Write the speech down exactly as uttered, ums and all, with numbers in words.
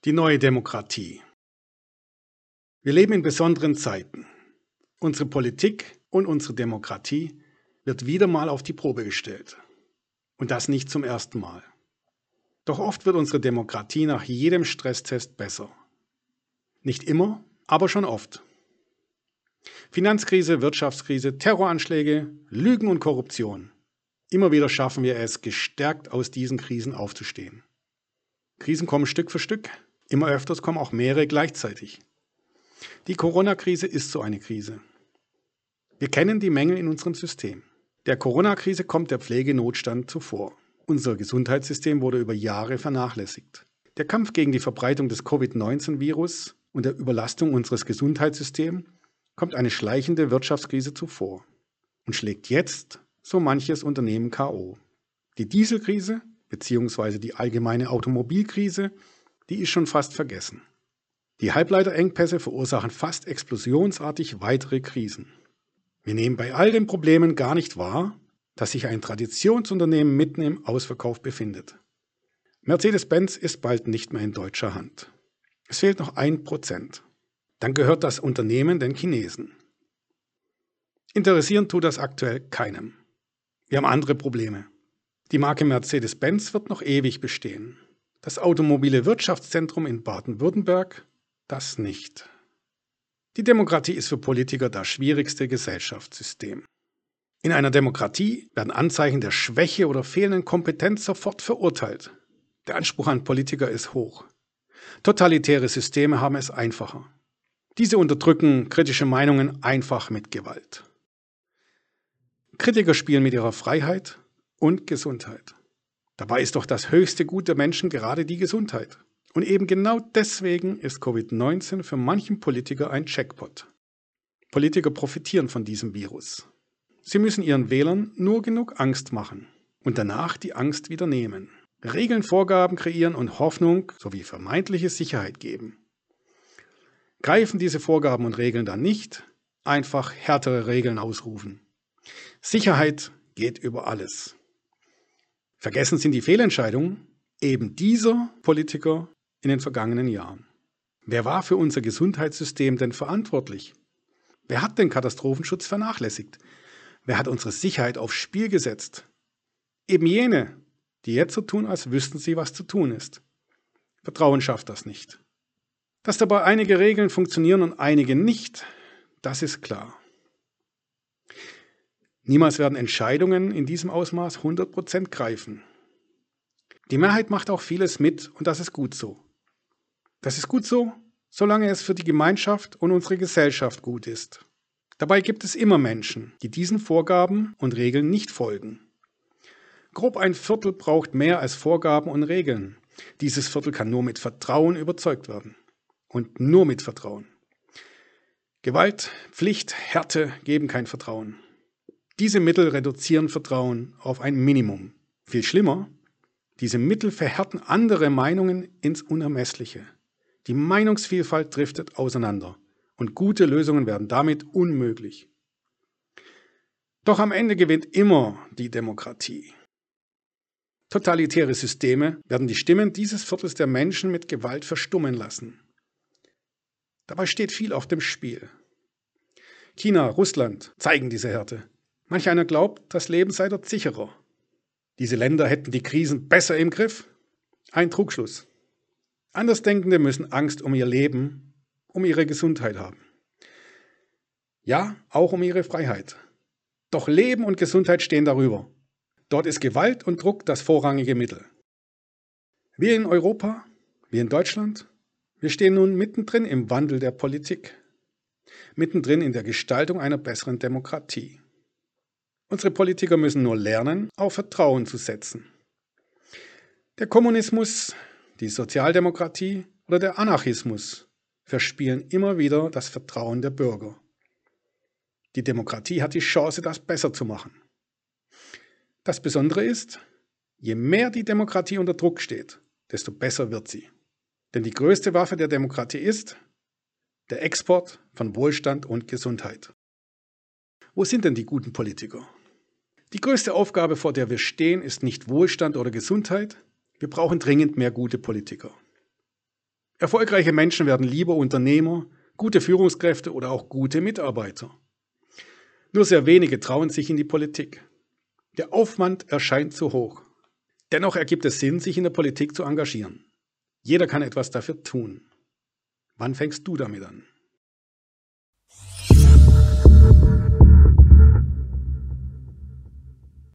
Die neue Demokratie. Wir leben in besonderen Zeiten. Unsere Politik und unsere Demokratie wird wieder mal auf die Probe gestellt. Und das nicht zum ersten Mal. Doch oft wird unsere Demokratie nach jedem Stresstest besser. Nicht immer, aber schon oft. Finanzkrise, Wirtschaftskrise, Terroranschläge, Lügen und Korruption. Immer wieder schaffen wir es, gestärkt aus diesen Krisen aufzustehen. Krisen kommen Stück für Stück. Immer öfters kommen auch mehrere gleichzeitig. Die Corona-Krise ist so eine Krise. Wir kennen die Mängel in unserem System. Der Corona-Krise kommt der Pflegenotstand zuvor. Unser Gesundheitssystem wurde über Jahre vernachlässigt. Der Kampf gegen die Verbreitung des Covid neunzehn Virus und der Überlastung unseres Gesundheitssystems kommt eine schleichende Wirtschaftskrise zuvor und schlägt jetzt so manches Unternehmen K O. Die Dieselkrise bzw. die allgemeine Automobilkrise, die ist schon fast vergessen. Die Halbleiterengpässe verursachen fast explosionsartig weitere Krisen. Wir nehmen bei all den Problemen gar nicht wahr, dass sich ein Traditionsunternehmen mitten im Ausverkauf befindet. Mercedes-Benz ist bald nicht mehr in deutscher Hand. Es fehlt noch ein Prozent. Dann gehört das Unternehmen den Chinesen. Interessieren tut das aktuell keinem. Wir haben andere Probleme. Die Marke Mercedes-Benz wird noch ewig bestehen. Das automobile Wirtschaftszentrum in Baden-Württemberg, das nicht. Die Demokratie ist für Politiker das schwierigste Gesellschaftssystem. In einer Demokratie werden Anzeichen der Schwäche oder fehlenden Kompetenz sofort verurteilt. Der Anspruch an Politiker ist hoch. Totalitäre Systeme haben es einfacher. Diese unterdrücken kritische Meinungen einfach mit Gewalt. Kritiker spielen mit ihrer Freiheit und Gesundheit. Dabei ist doch das höchste Gut der Menschen gerade die Gesundheit. Und eben genau deswegen ist Covid neunzehn für manchen Politiker ein Jackpot. Politiker profitieren von diesem Virus. Sie müssen ihren Wählern nur genug Angst machen und danach die Angst wieder nehmen. Regeln, Vorgaben kreieren und Hoffnung sowie vermeintliche Sicherheit geben. Greifen diese Vorgaben und Regeln dann nicht, einfach härtere Regeln ausrufen. Sicherheit geht über alles. Vergessen sind die Fehlentscheidungen eben dieser Politiker in den vergangenen Jahren. Wer war für unser Gesundheitssystem denn verantwortlich? Wer hat den Katastrophenschutz vernachlässigt? Wer hat unsere Sicherheit aufs Spiel gesetzt? Eben jene, die jetzt so tun, als wüssten sie, was zu tun ist. Vertrauen schafft das nicht. Dass dabei einige Regeln funktionieren und einige nicht, das ist klar. Niemals werden Entscheidungen in diesem Ausmaß hundert Prozent greifen. Die Mehrheit macht auch vieles mit und das ist gut so. Das ist gut so, solange es für die Gemeinschaft und unsere Gesellschaft gut ist. Dabei gibt es immer Menschen, die diesen Vorgaben und Regeln nicht folgen. Grob ein Viertel braucht mehr als Vorgaben und Regeln. Dieses Viertel kann nur mit Vertrauen überzeugt werden. Und nur mit Vertrauen. Gewalt, Pflicht, Härte geben kein Vertrauen. Diese Mittel reduzieren Vertrauen auf ein Minimum. Viel schlimmer, diese Mittel verhärten andere Meinungen ins Unermessliche. Die Meinungsvielfalt driftet auseinander und gute Lösungen werden damit unmöglich. Doch am Ende gewinnt immer die Demokratie. Totalitäre Systeme werden die Stimmen dieses Viertels der Menschen mit Gewalt verstummen lassen. Dabei steht viel auf dem Spiel. China, Russland zeigen diese Härte. Manch einer glaubt, das Leben sei dort sicherer. Diese Länder hätten die Krisen besser im Griff. Ein Trugschluss. Andersdenkende müssen Angst um ihr Leben, um ihre Gesundheit haben. Ja, auch um ihre Freiheit. Doch Leben und Gesundheit stehen darüber. Dort ist Gewalt und Druck das vorrangige Mittel. Wir in Europa, wir in Deutschland, wir stehen nun mittendrin im Wandel der Politik. Mittendrin in der Gestaltung einer besseren Demokratie. Unsere Politiker müssen nur lernen, auf Vertrauen zu setzen. Der Kommunismus, die Sozialdemokratie oder der Anarchismus verspielen immer wieder das Vertrauen der Bürger. Die Demokratie hat die Chance, das besser zu machen. Das Besondere ist, je mehr die Demokratie unter Druck steht, desto besser wird sie. Denn die größte Waffe der Demokratie ist der Export von Wohlstand und Gesundheit. Wo sind denn die guten Politiker? Die größte Aufgabe, vor der wir stehen, ist nicht Wohlstand oder Gesundheit. Wir brauchen dringend mehr gute Politiker. Erfolgreiche Menschen werden lieber Unternehmer, gute Führungskräfte oder auch gute Mitarbeiter. Nur sehr wenige trauen sich in die Politik. Der Aufwand erscheint zu hoch. Dennoch ergibt es Sinn, sich in der Politik zu engagieren. Jeder kann etwas dafür tun. Wann fängst du damit an?